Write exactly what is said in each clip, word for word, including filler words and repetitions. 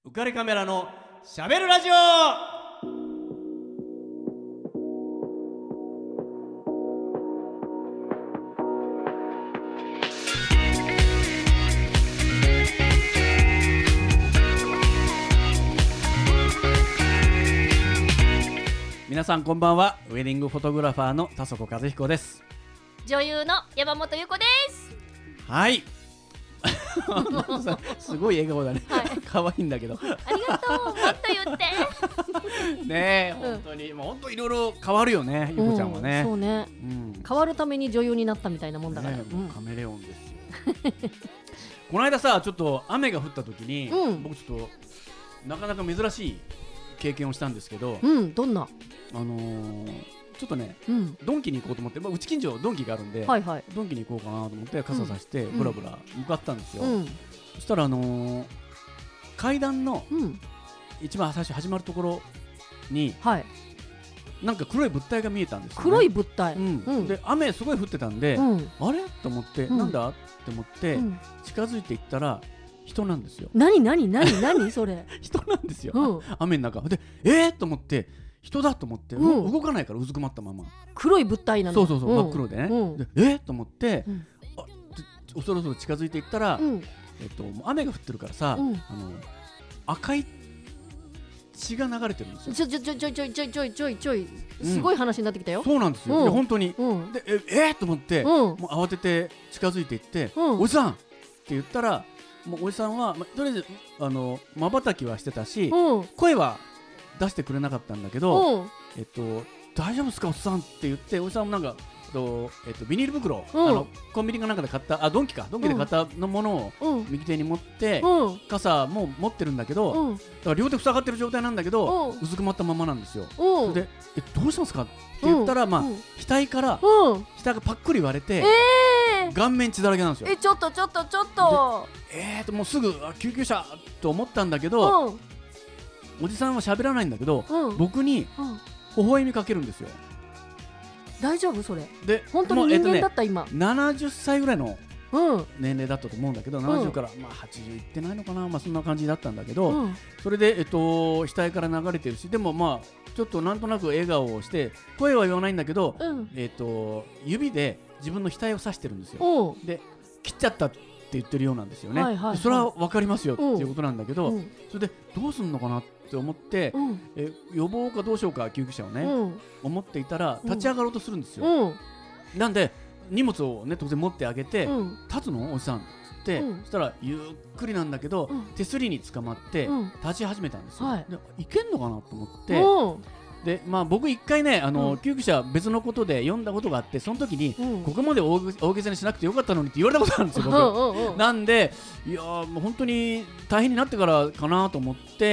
浮かれカメラのしゃべるラジオ。皆さんこんばんは。ウェディングフォトグラファーの田底和彦です。 女優の山本優子です。 はいすごい笑顔だね、はい、可愛いんだけどありがとう。もっと言ってねえ、うん、本当にもう本当いろいろ変わるよね、ゆこちゃんはね、 うん、そうね、うん、変わるために女優になったみたいなもんだから、ね、 もうカメレオンですよこの間さ、ちょっと雨が降った時に、うん、僕ちょっとなかなか珍しい経験をしたんですけど、 うん、どんなあのーちょっとね、うん、ドンキに行こうと思って、まあ、うち近所ドンキがあるんで、はいはい、ドンキに行こうかなと思って傘さしてブラブラ向かったんですよ、うん、そしたら、あのー、階段の一番最初始まるところに、はい、なんか黒い物体が見えたんですよね。 黒い物体、 うんうん、で雨すごい降ってたんで、うん、あれと思って、うん、なんだって思って、うん、近づいていったら人なんですよ。 何何何何それ人なんですよ、うん、雨の中で、えーと思って人だと思って、うん、動かないからうずくまったまま黒い物体なの。 そうそうそう、うん、真っ黒でね、うん、でえーと思って、うん、あ恐ろそろ近づいていったら、うん、えっと、雨が降ってるからさ、うん、あの赤い血が流れてるんですよ。 ちょちょちょちょちょちょちょちょいちょいすごい話になってきたよ、 うん、そうなんですよ、うん、で本当に、うん、でええー、と思って、うん、もう慌てて近づいていって、うん、おじさんって言ったら、もうおじさんは、ま、とりあえずあの瞬きはしてたし、うん、声は出してくれなかったんだけど、えっと、大丈夫ですかおっさんって言って、おじさんもなんか、えっとえっと、ビニール袋、あのコンビニかなんかで買った、あドンキかドンキで買ったのものを右手に持って、傘も持ってるんだけど、だから両手塞がってる状態なんだけど、うずくまったままなんですよ。それでえどうしますかって言ったら、まあ、額から額がパックリ割れて、顔面血だらけなんですよ。 えちょっとちょっとちょっとえーともうすぐ救急車と思ったんだけど、おじさんは喋らないんだけど、うん、僕に微笑みかけるんですよ。 大丈夫それで本当に人間だった、えっとね、今ななじゅっさいぐらいの年齢だったと思うんだけど、うん、ななじゅうから、まあ、はちじゅういってないのかな、まあ、そんな感じだったんだけど、うん、それで、えっと、額から流れてるし、でもまあちょっとなんとなく笑顔をして声は言わないんだけど、うん、えっと、指で自分の額を指してるんですよ。で切っちゃったって言ってるようなんですよね、はいはいはい、それは分かりますよっていうことなんだけど、うん、それでどうすんのかなって思って、うん、え予防かどうしようか救急車をね、うん、思っていたら立ち上がろうとするんですよ、うん、なんで荷物をね当然持ってあげて、うん、立つのおじさんって言って、うん、そしたらゆっくりなんだけど、手すりに捕まって立ち始めたんですよ、はい、でいけんのかなと思って、でまあ、僕一回ねあの、うん、救急車別のことで読んだことがあって、その時に、うん、ここまで大げさにしなくてよかったのにって言われたことあるんですよ僕うんうん、うん、なんでいやもう本当に大変になってからかなと思って、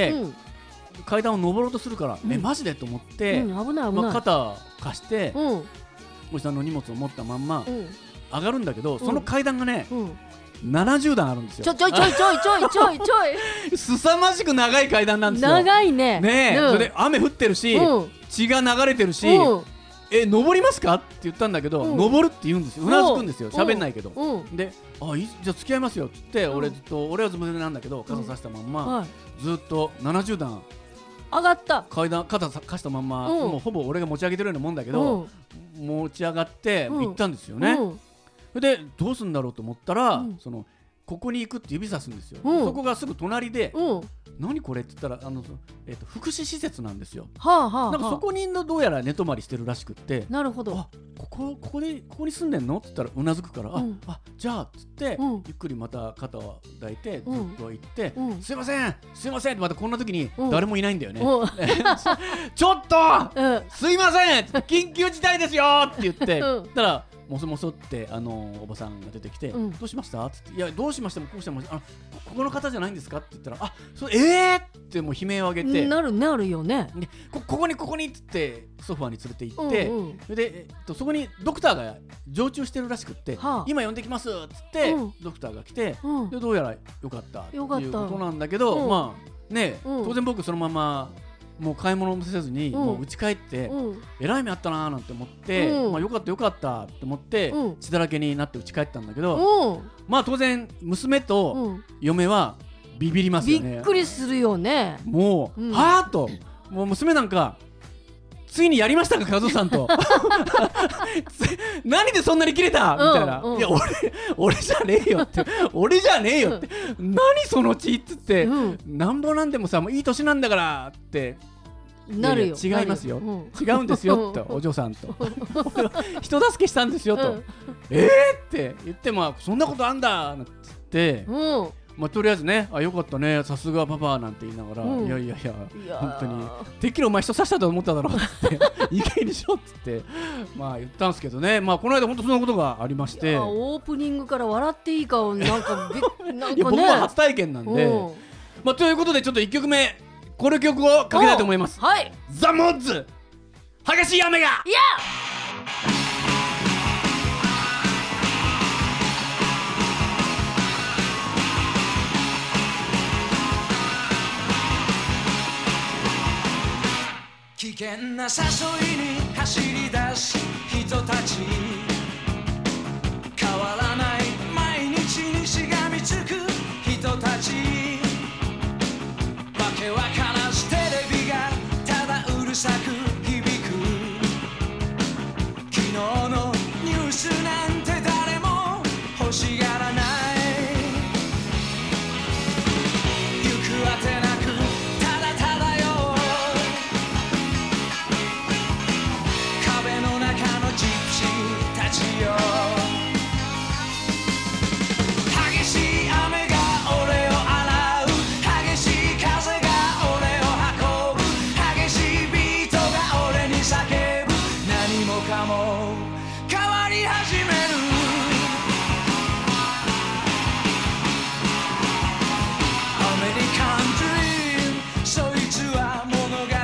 うん、階段を登ろうとするから、うん、えマジでと思って、うん、危ない危ない、まあ、肩貸して、うん、おじさんの荷物を持ったまんま、うん、上がるんだけど、その階段がね、うんななじゅうだんあるんですよ。 ちょちょいちょいちょいちょいちょいちょい凄まじく長い階段なんですよ。 長いね。 ねえ、うん、それで雨降ってるし、うん、血が流れてるし、うん、え登りますかって言ったんだけど、うん、登るって言うんですよ。うなずくんですよ。喋んないけど、うん、であいじゃあ付き合いますよって言って、うん、俺ずっと俺はずぶ濡れなんだけど傘さしたまんま、うんはい、ずっとななじゅうだん上がった階段肩貸したまんま、うん、もうほぼ俺が持ち上げてるようなもんだけど、うん、持ち上がって行ったんですよね、うん、それでどうするんだろうと思ったら、うん、そのここに行くって指さすんですよ、うん、そこがすぐ隣で、うん、何これって言ったらあの、えー、と福祉施設なんですよ、はあはあ、なんかそこにどうやら寝泊まりしてるらしくって、 なるほど、 あここ、ここでここに住んでんのって言ったらうなずくから、うん、ああじゃあっつって、うん、ゆっくりまた肩を抱いてずっと行って、うん、すいませんすいませんってまたこんな時に誰もいないんだよね、うん、ちょっと、うん、すいません緊急事態ですよって言って、うん、だからもそもそってあのおばさんが出てきて、うん、どうしましたって言って、いやどうしましたもこうしてもあの こ, ここの方じゃないんですかって言ったら、あそうえーってもう悲鳴を上げて、 なるなるよね、 で こ, ここにここにって言ってソファーに連れて行って、うんうん、で、えっと、そこにドクターが常駐してるらしくって、はあ、今呼んできますって言って、うん、ドクターが来て、うん、でどうやらよかったっていうことなんだけど、うん、まあね、うん、当然僕そのままもう買い物もせずに、うん、もう家帰って、うん、えらい目あったなーなんて思って、うん、まあよかったよかったって思って、うん、血だらけになって家帰ったんだけど、うん、まあ当然娘と嫁はビビりますよね。 びっくりするよね。 もう、うん、はーっともう娘なんかついにやりましたか和夫さんと何でそんなに切れた、うん、みたいな、うん、いや俺俺じゃねえよって俺じゃねえよって何その血っつって、うん、なんぼなんでもさもういい年なんだからってなるよ。 いやいや違いますよ、うん、違うんですよってお嬢さんと人助けしたんですよと、うん、えーって言ってもそんなことあんだなんて言って、うんまあ、とりあえずねあよかったねさすがパパなんて言いながら、うん、いやいやいや本当にてっきりお前人刺したと思っただろうって意外にしろって言ってまあ言ったんですけどね、まあ、この間本当そんなことがありましてオープニングから笑っていいかなんかなんか、ね、いや僕は初体験なんで、うんまあ、ということでちょっといっきょくめこの曲をかけたいと思います。 はい、 ザ・モッズ激しい雨がいや危険な誘いに走り出す人たち変わらない毎日にしがみつく人たちわけわからずテレビがただうるさく響く昨日のニュースなんて誰も欲しがらない行くあてなくただただよ壁の中のジプシーたちよ激しい雨が俺を洗う激しい風が俺を運ぶ激しいビートが俺に叫ぶ何もかも変わり始めるアメリカンドリームそいつは物語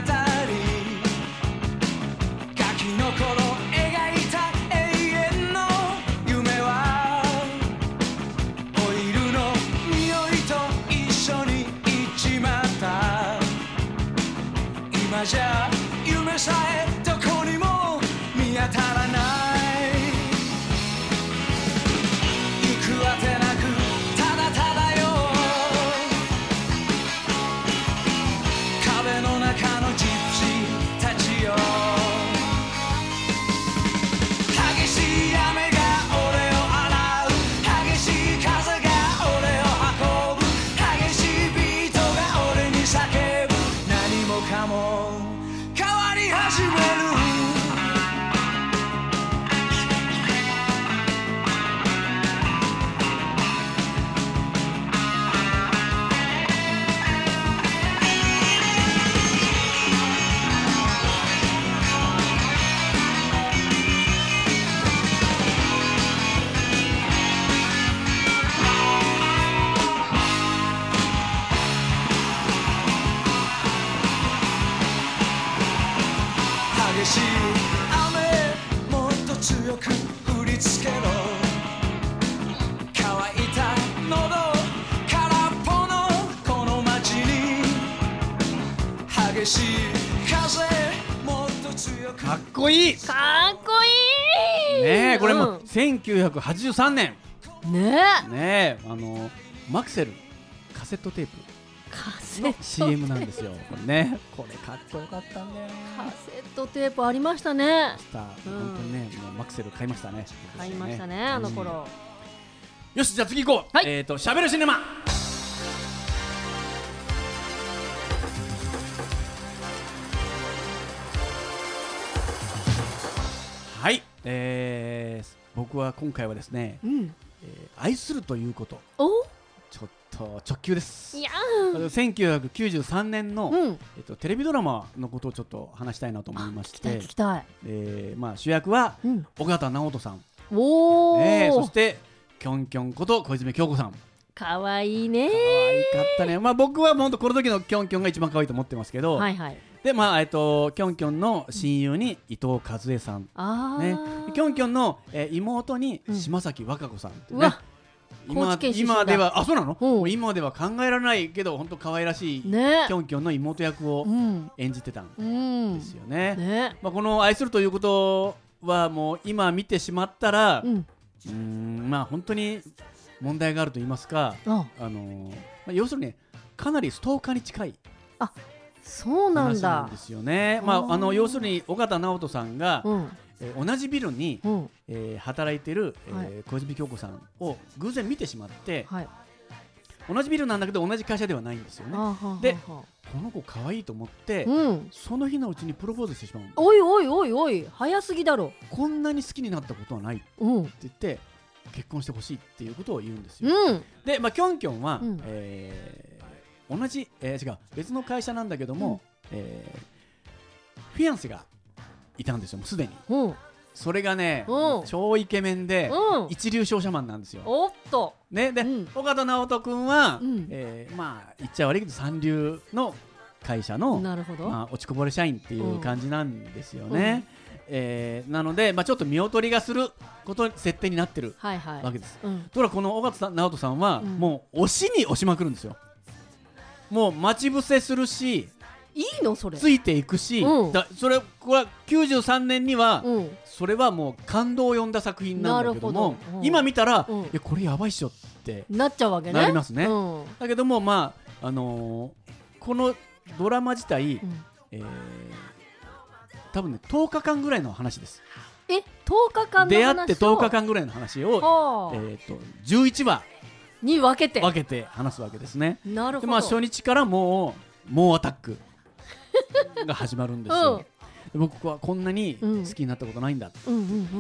ガキの頃描いた永遠の夢はオイルの匂いと一緒に行っちまった今じゃ夢さえどこにも見当たらない行くあてなくただただよ壁の中のジプシーたちよ激しい雨が俺を洗う激しい風が俺を運ぶ激しいビートが俺に叫ぶ何もかも変わり始める激しい雨もっと強く降りつけろ乾いた喉空っぽのこの街に激しい風もっと強くかっこいいかっこいいねえこれもせんきゅうひゃくはちじゅうさんねんねえねえあのマクセルカセットテープカセの シーエム なんですよこれねこれかっこよかったんだよねカセットテープありましたねスター、うん、本当にねもうマクセル買いましたね買いましたねあの頃、うん、 よしじゃあ次行こう、はい、えっ、ー、としゃべるシネマはい、えー、僕は今回はですね、うんえー、愛するということおちょっと直球です。 いやせんきゅうひゃくきゅうじゅうさんねんの、うんえっと、テレビドラマのことをちょっと話したいなと思いまして、 聞きたい、 えーまあ、主役は、うん、緒方直人さん、 おえー、そしてきょんきょんこと小泉京子さん。 かわいいね。 かわいかったね。まあ、僕は本当この時のきょんきょんが一番可愛いと思ってますけど、 はいはい、 でまあえっときょんきょんの親友に伊藤和恵さん、 あね、きょんきょんの、えー、妹に島崎和歌子さんってね、うん、今, 今ではあそうなの、うん、今では考えられないけど本当可愛らしい、ね、きょんきょんの妹役を演じてたんですよね。 うんねまあ、この愛するということはもう今見てしまったら、うん、うーんまあ本当に問題があると言いますか、あ、あのまあ、要するにかなりストーカーに近いあそうなんだ話なんですよね。まあ、あの要するに緒方直人さんが、うんえー、同じビルに、うんえー、働いている、えーはい、小泉京子さんを偶然見てしまって、はい、同じビルなんだけど同じ会社ではないんですよね。はははでこの子可愛いと思って、うん、その日のうちにプロポーズしてしまうんです。 おいおいおいおい早すぎだろ。 こんなに好きになったことはないって言って、うん、結婚してほしいっていうことを言うんですよ、うん、で、まあ、キョンキョンは、うんえー、同じ、えー、違う別の会社なんだけども、うんえー、フィアンセがいたんですよもうすでに、うん、それがね、うん、超イケメンで、うん、一流商社マンなんですよ。 おっとね、で、うん、緒方直人君は、うんえー、まあ言っちゃ悪いけど三流の会社の、なるほど、まあ、落ちこぼれ社員っていう感じなんですよね、うんえー、なので、まあ、ちょっと見劣りがすること設定になってる、はいはい、わけです、うん、ところがこの緒方直人さんは、うん、もう押しに押しまくるんですよ。もう待ち伏せするしいいのそれついていくし、うん、だそれこれはきゅうじゅうさんねんには、うん、それはもう感動を呼んだ作品なんだけども、うん、今見たら、うん、いやこれやばいっしょってなっちゃうわけね。 なりますね、うん、だけどもまああのー、このドラマ自体、うんえー、多分ねとおかかんぐらいの話です。 えとおかかんの話を出会ってとおかかんぐらいの話を、えー、とじゅういちわに分けて分けて話すわけですね。 なるほど。 で、まあ、初日からもう猛アタックが始まるんですよ、うん、僕はこんなに好きになったことないんだ、うん、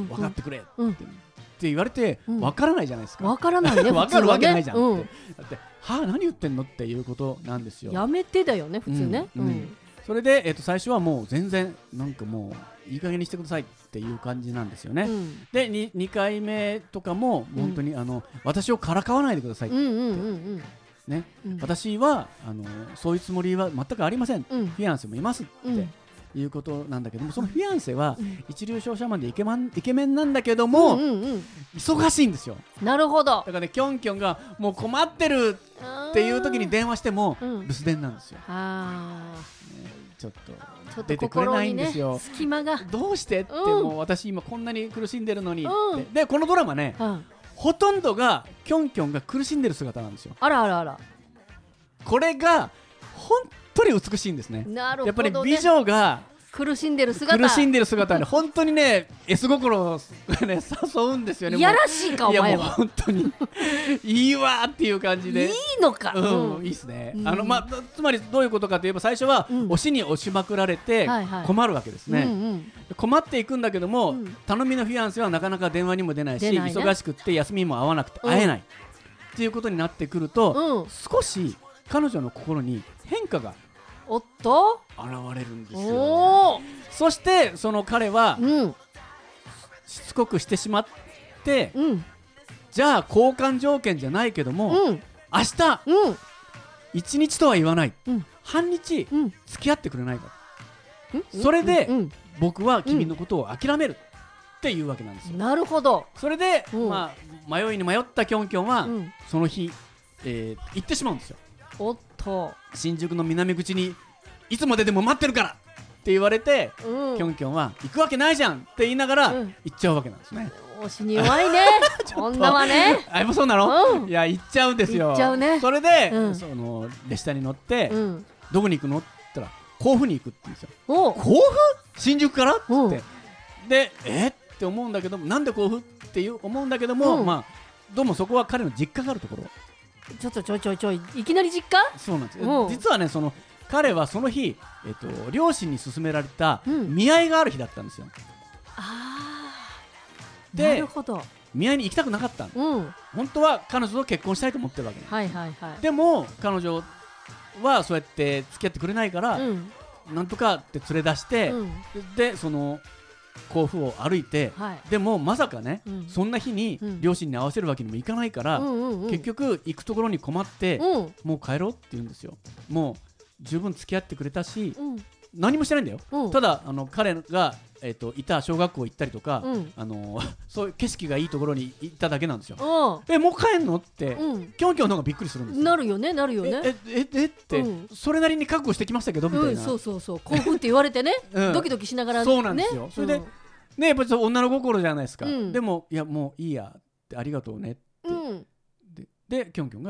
分かってくれって、うん、って言われて分からないじゃないですか。 分からないね分かるわけないじゃんって、うん、だってはあ何言ってんのっていうことなんですよ。 やめてだよね普通ね、うんうん、 それで、えー、と最初はもう全然なんかもういい加減にしてくださいっていう感じなんですよね、うん、で 2, にかいめとかも本当に、うん、あの私をからかわないでくださいって、うんうんうんうんねうん、私はあのそういうつもりは全くありません、うん、フィアンセもいますって、うん、いうことなんだけども、そのフィアンセは一流商社マンでイケマン、イケメンなんだけども、うんうんうん、忙しいんですよ。 なるほど。 だからねキョンキョンがもう困ってるっていう時に電話しても留守電なんですよ。あ、ね、ちょっと出てくれないんですよ、 ね、隙間がどうしてって、うん、もう私今こんなに苦しんでるのにって、うん、でこのドラマね、うんほとんどがキョンキョンが苦しんでる姿なんですよ。 あらあらあら。これが本当に美しいんですね。 なるほどね。 やっぱり美女が苦しんでる姿苦しんでる姿に本当にね S 心がね誘うんですよね。 いやらしいかお前は。 いやもう本当にいいわっていう感じで。 いいのか。 うん、うん、いいですね。うん、あのまあつまりどういうことかといえば最初は押しに押しまくられて困るわけですね。うんはいはいうんうん、困っていくんだけども、うん、頼みのフィアンセはなかなか電話にも出ないし、ね、忙しくって休みも合わなくて会えない、うん、っていうことになってくると、うん、少し彼女の心に変化がおっと現れるんですよ、ね、そしてその彼は、うん、しつこくしてしまって、うん、じゃあ交換条件じゃないけども、うん、明日、うん、一日とは言わない、うん、半日、うん、付き合ってくれないか、うん、それで、うん、僕は君のことを諦める、うん、っていうわけなんですよ。 なるほど。 それで、うんまあ、迷いに迷ったキョンキョンは、うん、その日、えー、行ってしまうんですよ。 おっと新宿の南口にいつまででも待ってるからって言われて、うん、キョンキョンは行くわけないじゃんって言いながら、うん、行っちゃうわけなんですね。 推しに弱いね女はね。 あやっぱそうなの、うん、いや行っちゃうんですよ。 行っちゃうね。 それで、うん、その列車に乗って、うん、どこに行くのって言ったら甲府に行くって言うんですよ。甲府新宿からって言ってでえって思うんだけども、なんで甲府っていう思うんだけども、うん、まあどうもそこは彼の実家があるところ。 ちょっとちょいちょいちょいいきなり実家。 そうなんです、うん、実はねその彼はその日、えっと、両親に勧められた見合いがある日だったんですよ、うん、 あーでなるほど。 見合いに行きたくなかったの、うん、本当は彼女と結婚したいと思ってるわけ、 はいはいはい、 でも彼女はそうやって付き合ってくれないから、うん、なんとかって連れ出して、うん、でその甲府を歩いて、はい、でもまさかね、うん、そんな日に両親に合わせるわけにもいかないから、うんうんうん、結局行くところに困って、うん、もう帰ろうって言うんですよ。もう十分付き合ってくれたし、うん、何もしてないんだよ、うん、ただあの彼が、えー、といた小学校行ったりとか、うん、あのそういう景色がいいところに行っただけなんですよ。えもう帰んのって、うん、キョンキョンの方がびっくりするんですよ。 なるよねなるよね。 ええええって、うん、それなりに覚悟してきましたけどみたいな、うん、 そうそうそう興奮って言われてね、うん、ドキドキしながらね。 そうなんですよ。それで、うんね、やっぱり女の心じゃないですか、うん、でもいやもういいやってありがとうねって、うん、で, でキョンキョンが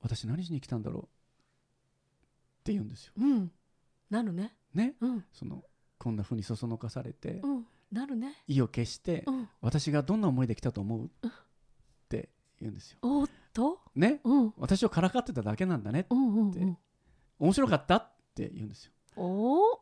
私何しに来たんだろうって言うんですよ。 うん、なるね。 ね、 うん、 そのこんな風にそそのかされて、 うん、なるね。 意を決して、うん、私がどんな思いで来たと思う、うん、って言うんですよ。 おっとね、うん、私をからかってただけなんだねって、うんうんうん、面白かったって言うんですよ。 お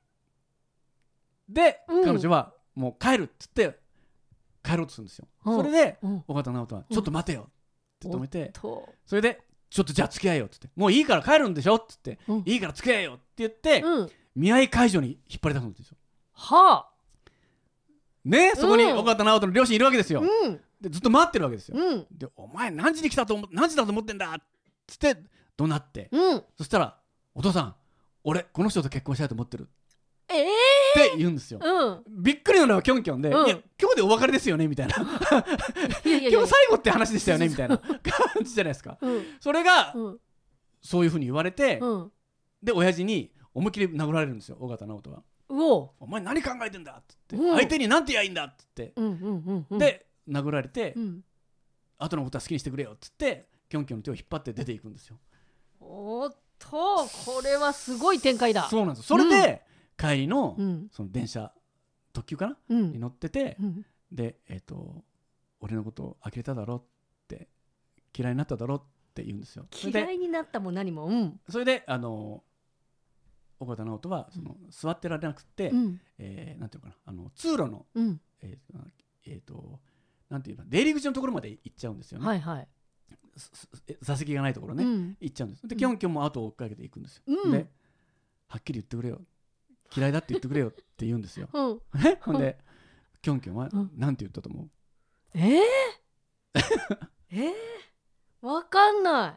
で、うん、彼女はもう帰るって言って帰ろうとするんですよ。それで、うん、尾形直人はちょっと待てよって止めて、それでちょっとじゃあ付き合えよって言って、もういいから帰るんでしょって言って、うん、いいから付き合えよって言って、うん、見合い会場に引っ張り出すんですよ。 はあね、そこに尾形直人の両親いるわけですよ、うん、でずっと待ってるわけですよ、うん、でお前何時に来たと思何時だと思ってんだっつって怒鳴って、うん、そしたらお父さん俺この人と結婚したいと思ってる、 えー、 って言うんですよ、うん、びっくりなのはキョンキョンで、うん、いや今日でお別れですよねみたいないやいやいや今日最後って話でしたよねみたいな感じじゃないですか、うん、それが、うん、そういうふうに言われて、うん、で親父に思いっきり殴られるんですよ尾形直人は。お, お前何考えてんだっつって、うん、相手に何て言えばいいんだっつって、うんうんうんうん、で殴られて、うん、後のことは好きにしてくれよっつってキョンキョンの手を引っ張って出ていくんですよ。 おっとこれはすごい展開だ。 そうなんです。それで、うん、帰りの、うん、その電車特急かな、うん、に乗ってて、うん、で、えーと、俺のことを呆れただろって嫌いになっただろって言うんですよ。 嫌いになったも何も、うん、 それであの尾形直人はその、うん、座ってられなくて、うんえー、なんていうのかなあの通路の、うんえーえー、となんていうか出入り口のところまで行っちゃうんですよね、 はいはい、 座席がないところね、うん、行っちゃうんです。でキョンキョンも後を追っかけていくんですよ、うん、ではっきり言ってくれよ嫌いだって言ってくれよって言うんですよ、うん、ほんで、うん、キョンキョンはなんて言ったと思う？ えー、えー、わかんない。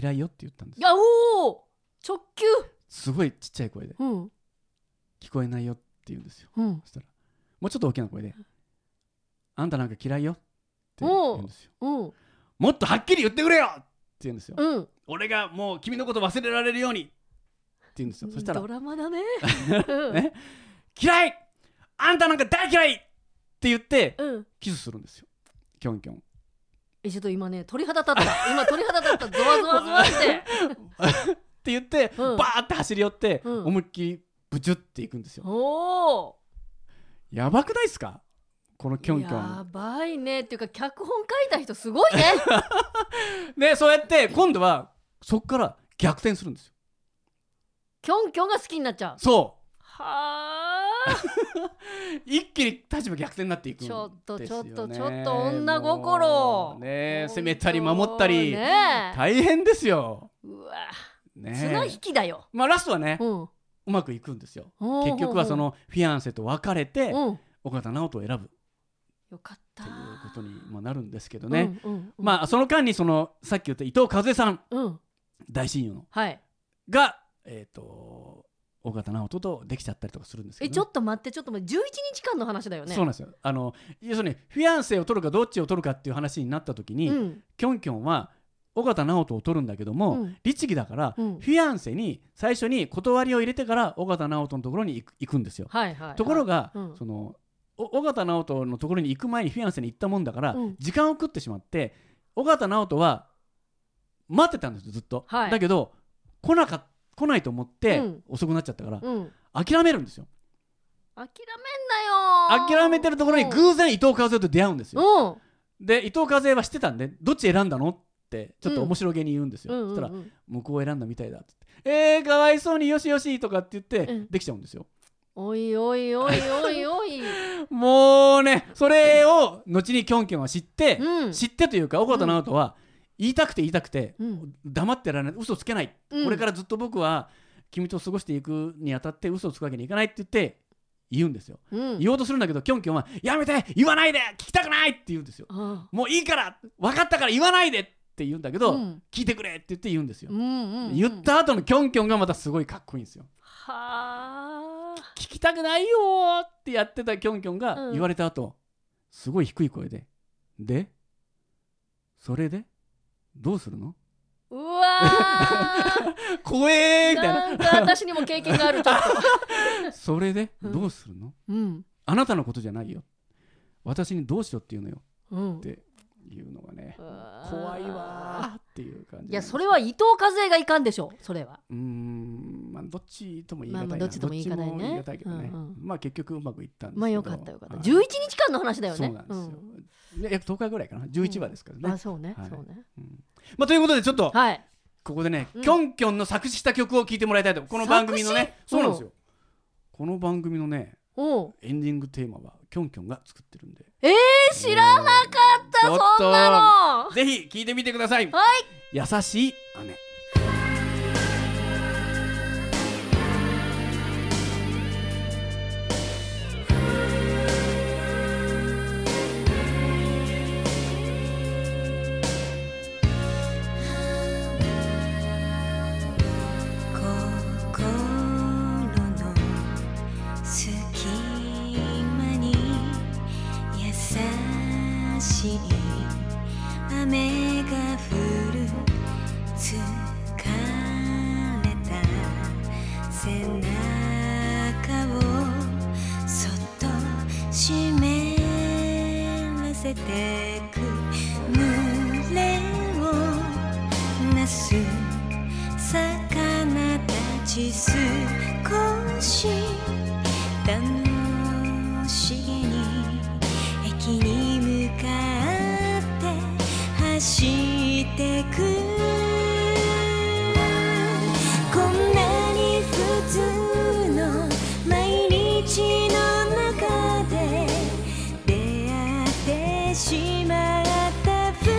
嫌いよって言ったんです。 いやおー直球すごいちっちゃい声で、うん、聞こえないよって言うんですよ、うん、そしたらもうちょっと大きな声であんたなんか嫌いよって言うんですよ、うん、もっとはっきり言ってくれよって言うんですよ、うん、俺がもう君のこと忘れられるようにって言うんですよ。そしたらドラマだねね嫌いあんたなんか大嫌いって言って、うん、キスするんですよキョンキョン。 えちょっと今ね鳥肌立った今鳥肌立ったゾワゾワゾワってって言って、うん、バーって走り寄って、うん、思いっきりブチュっていくんですよ。おーやばくないですかこのキョンキョン。 やばいねっていうか脚本書いた人すごいねねそうやって今度はそこから逆転するんですよ。 キョンキョンが好きになっちゃう。 そうは一気に立場逆転になっていくんですよね。 ちょっとちょっとちょっと女心ね攻めたり守ったり、ね、大変ですよ。 うわね、綱引きだよ。 まあラストはね、うん、うまくいくんですよ。結局はそのフィアンセと別れて、うん、尾形直人を選ぶよかったということに、まあ、なるんですけどね、うんうんうん、まあその間にそのさっき言った伊藤和恵さん、うん、大親友の、はい、が、えー、と尾形直人とできちゃったりとかするんですけど、ね、 えちょっと待ってちょっと待ってじゅういちにちかんの話だよね。 そうなんですよ。あの要するにフィアンセを取るかどっちを取るかっていう話になった時に、うん、キョンキョンは尾形直人を取るんだけども、うん、律儀だから、うん、フィアンセに最初に断りを入れてから尾形直人のところに行く、行くんですよ、はいはいはい、ところが、うん、その尾形直人のところに行く前にフィアンセに行ったもんだから、うん、時間を食ってしまって尾形直人は待ってたんですよずっと、はい、だけど来なか来ないと思って、うん、遅くなっちゃったから、うん、諦めるんですよ。 諦めんなよ。 諦めてるところに偶然伊藤和恵と出会うんですよ、うん、で伊藤和恵は知ってたんでどっち選んだのってちょっと面白げに言うんですよ、うん、そしたら、うんうんうん、向こうを選んだみたいだってえーかわいそうによしよしとかって言って、うん、できちゃうんですよ。 おいおいおいおいおいもうねそれを後にキョンキョンは知って、うん、知ってというか尾形直人は言いたくて言いたくて、うん、黙ってられない嘘つけない、うん、これからずっと僕は君と過ごしていくにあたって嘘をつくわけにいかないって言って言うんですよ、うん、言おうとするんだけどキョンキョンはやめて言わないで聞きたくないって言うんですよ、うん、もういいから分かったから言わないでって言うんだけど、うん、聞いてくれって言って言うんですよ、うんうんうん、言った後のキョンキョンがまたすごいかっこいいんですよ。はー聞きたくないよってやってたキョンキョンが言われた後、うん、すごい低い声ででそれでどうするのうわー怖えーみたいななんか私にも経験があるちょっとそれでどうするの、うん、あなたのことじゃないよ私にどうしろって言うのよ、うん、っていうのがね怖いわーってっていう感じ。 いやそれは伊藤和恵がいかんでしょそれは。 うーん、まあ、どっちとも言い難いな、 まあまあどっちとも言い難いね。 どっちも言い難いけどね、 うんうん、 まあ結局うまくいったんですけど、 まあよかったよかった、はい、じゅういちにちかんの話だよね。 そうなんですよ、うん、約とおかぐらいかな、じゅういちわですからね、 うん、あそうね、はい、そうね、 うん、まあということでちょっと、 はい、 ここでね、うん、きょんきょんの作詞した曲を聴いてもらいたいと。この番組のね、そうなんですよ、この番組のねエンディングテーマはきょんきょんが作ってるんで、 えー、知らなかった、えー、そんなのぜひ聴いてみてください。 はい、 優しい雨。 雨が降る疲れた背中をそっと湿らせてく濡れをなす魚たち少し楽しげに駅に向かって走ってく。こんなに普通の毎日の中で出会ってしまった二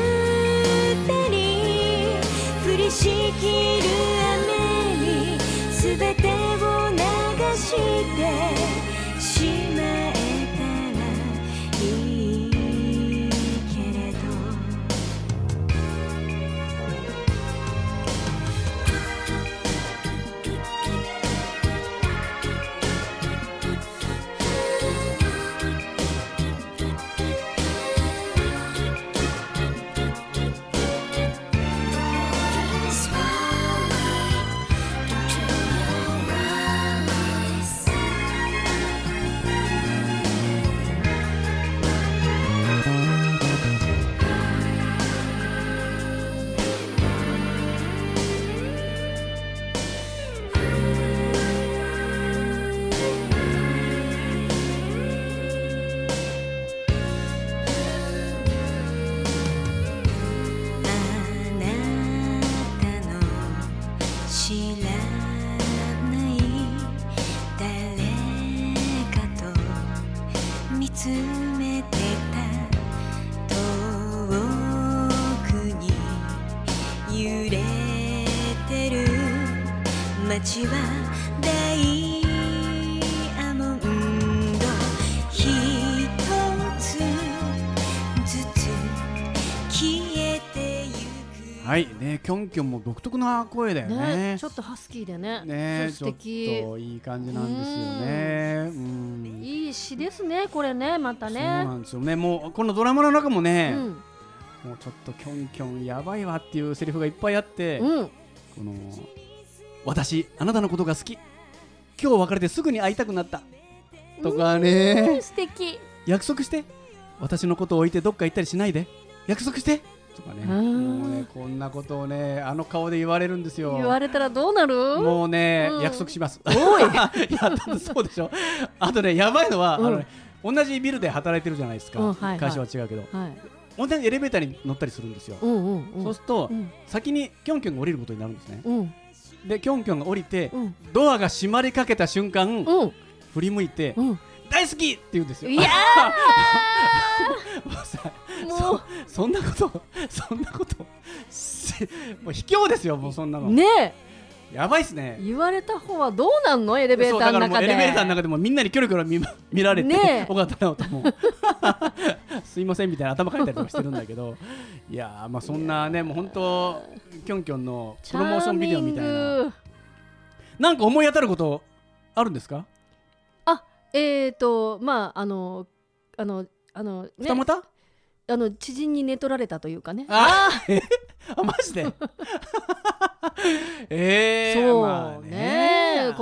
人、降りしきる雨に全てを流してしまえたらいい。街はダイヤモンド一つずつ消えてゆく。 はいね、きょんきょんも独特な声だよ ね, ねちょっとハスキーでね、 ね素敵、 ちょっといい感じなんですよね。うん、 いい詩ですねこれね、またね。 そうなんですよね。もうこのドラマの中もね、うん、もうちょっときょんきょんやばいわっていうセリフがいっぱいあって、うん、この私あなたのことが好き、今日別れてすぐに会いたくなったとかね、 素敵、 約束して私のことを置いてどっか行ったりしないで、約束してとかね、もうねこんなことをねあの顔で言われるんですよ。 言われたらどうなる？ もうね、うん、約束します。 おいいやそうでしょ。あとねやばいのは、うん、あのね、同じビルで働いてるじゃないですか、うんはいはい、会社は違うけど、はい、同じエレベーターに乗ったりするんですよ、うんうんうん、そうすると、うん、先にキョンキョンが降りることになるんですね、うん、でキョンキョンが降りて、うん、ドアが閉まりかけた瞬間、うん、振り向いて、うん、大好きって言うんですよ。いやもうさもう そ, そんなことそんなこともう卑怯ですよ、もうそんなのねえ、やばいっすね。 言われた方はどうなんの、エレベーターの中で。そうだからもうエレベーターの中でもみんなにキョロキョロ 見, 見られて、尾形直人もすいませんみたいな頭かいたりとかしてるんだけど、いやまあそんなね、もう本当キョンキョンのプロモーションビデオみたいな、なんか思い当たることあるんですか？ あ、えーとまああのあのあの、ね、 二股あの知人に寝取られたというかね。 ああマジでえー、 そう、 まあ、 ねこ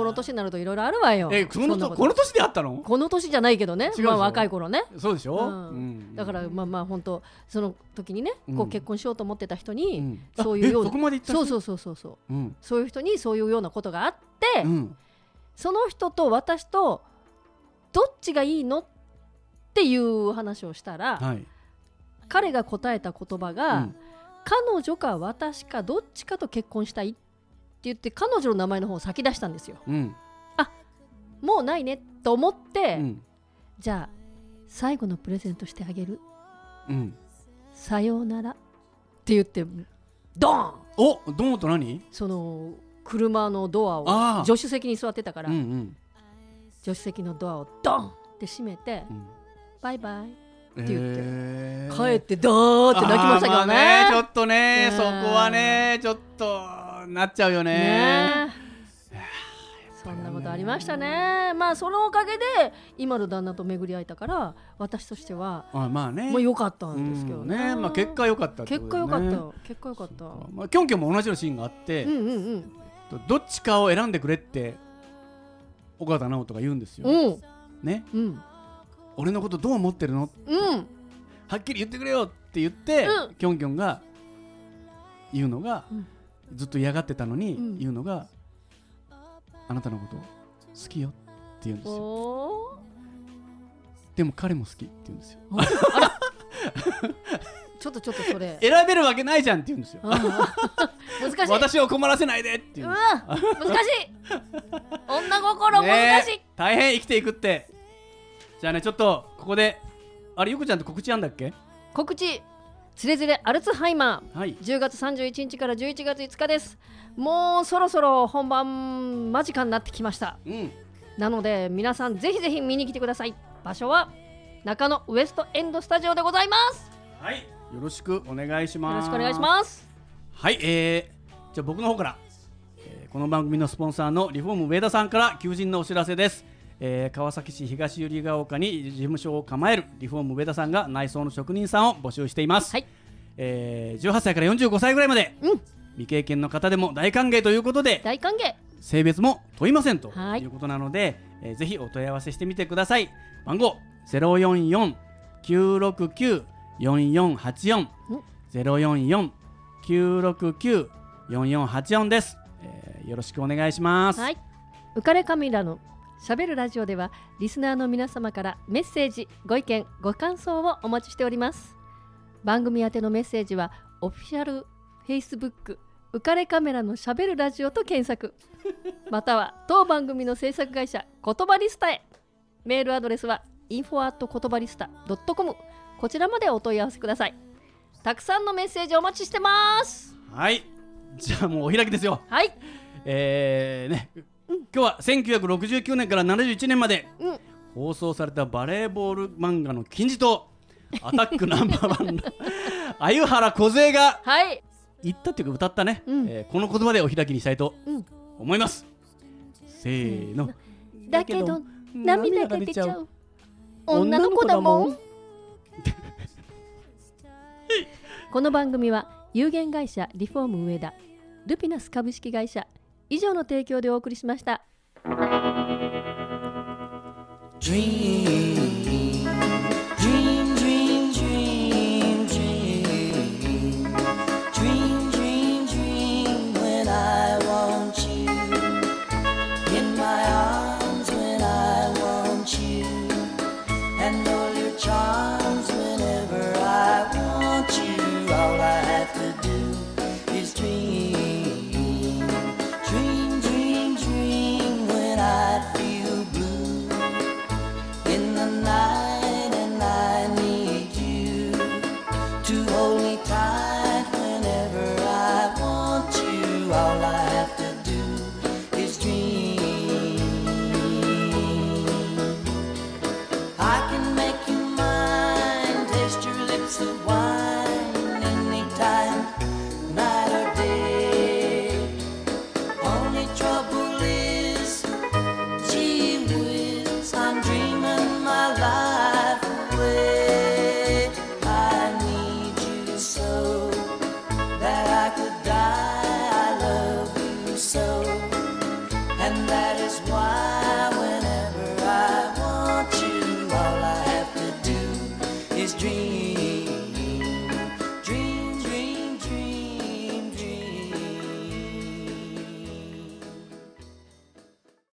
の年になるといろいろあるわよ。 えそのそんなことこの年であったの？ この年じゃないけどね、 違うでしょまあ、若い頃ね。 そうでしょ、 うんうん、 だからまあまあ本当その時にね、 うんこう結婚しようと思ってた人に、 うん、 そういうようなそこまで言ったそうそうそうそうそう、 うん、 そういう人にそういうようなことがあって、 うん、 その人と私とどっちがいいのっていう話をしたら、 はい、 彼が答えた言葉が、うん、彼女か私かどっちかと結婚したいって言って彼女の名前の方を先出したんですよ、うん、あ、もうないねと思って、うん、じゃあ最後のプレゼントしてあげる、うん、さようならって言ってドーン。 お、ドーンと何？その車のドアを助手席に座ってたから、うんうん、助手席のドアをドンって閉めて、うん、バイバイって言って、えー、帰ってドーって泣きましたけど ね,、まあ、ねちょっとね、そこはねちょっとなっちゃうよ ね, ねそんなことありましたね。まあそのおかげで今の旦那と巡り会えたから私としてはあ、まあね、もう良かったんですけど ね,、うんね、まあ、 結果良かったってことだよね。 結果良かった結果良かった、 まあ、キョンキョンも同じようなシーンがあって、うんうんうん、どっちかを選んでくれって岡田直人が言うんですよ、うんねうん、俺のことどう思ってるの、うん、はっきり言ってくれよって言って、うん、キョンキョンが言うのが、うん、ずっと嫌がってたのに、うん、言うのがあなたのこと好きよって言うんですよ。でも彼も好きって言うんですよ。あらちょっとちょっとそれ選べるわけないじゃんって言うんですよ。難しい。 私を困らせないでっていう。うわ難しい女心難しい、 ね、大変生きていくって。じゃあね、ちょっとここであれゆくちゃんって告知あんだっけ？ 告知つれづれアルツハイマー、 はい、 じゅうがつさんじゅういちにちからじゅういちがついつかです。もうそろそろ本番間近になってきました、うん、なので皆さんぜひぜひ見に来てください。場所は中野ウエストエンドスタジオでございます。 はい、よろしくお願いします。 よろしくお願いします。 はい、えー、じゃあ僕の方から、えー、この番組のスポンサーのリフォーム上田さんから求人のお知らせです。えー、川崎市東百合ヶ丘に事務所を構えるリフォーム上田さんが内装の職人さんを募集しています、はい。えー、じゅうはっさいからよんじゅうごさいぐらいまで、うん、未経験の方でも大歓迎ということで、 大歓迎、 性別も問いませんということなので、えー、ぜひお問い合わせしてみてください。番号 ゼロよんよん きゅうろくきゅう よんよんはちよん ゼロよんよん きゅうろくきゅう よんよんはちよん です、えー、よろしくお願いします、 はい。浮かれカミラのしゃべるラジオではリスナーの皆様からメッセージ、ご意見、ご感想をお待ちしております。番組宛てのメッセージはオフィシャル Facebook 浮かれカメラのしゃべるラジオと検索または当番組の制作会社言葉リスタへ。メールアドレスは インフォ アット 言葉リスタ ドットコム こちらまでお問い合わせください。たくさんのメッセージお待ちしてます。 はい、じゃあもうお開きですよ。 はい、 えーね、うん、今日はせんきゅうひゃくろくじゅうきゅうねんからななじゅういちねんまで、うん、放送されたバレーボール漫画の金字塔アタックナンバーワンの鮎原梢が言ったっていうか歌ったね、うん、えー、この言葉でお開きにしたいと思います、うん、せーの。 だけど涙が出ちゃう女の子だもんこの番組は有限会社リフォーム上田、ルピナス株式会社以上の提供でお送りしました。 Night eyes wide.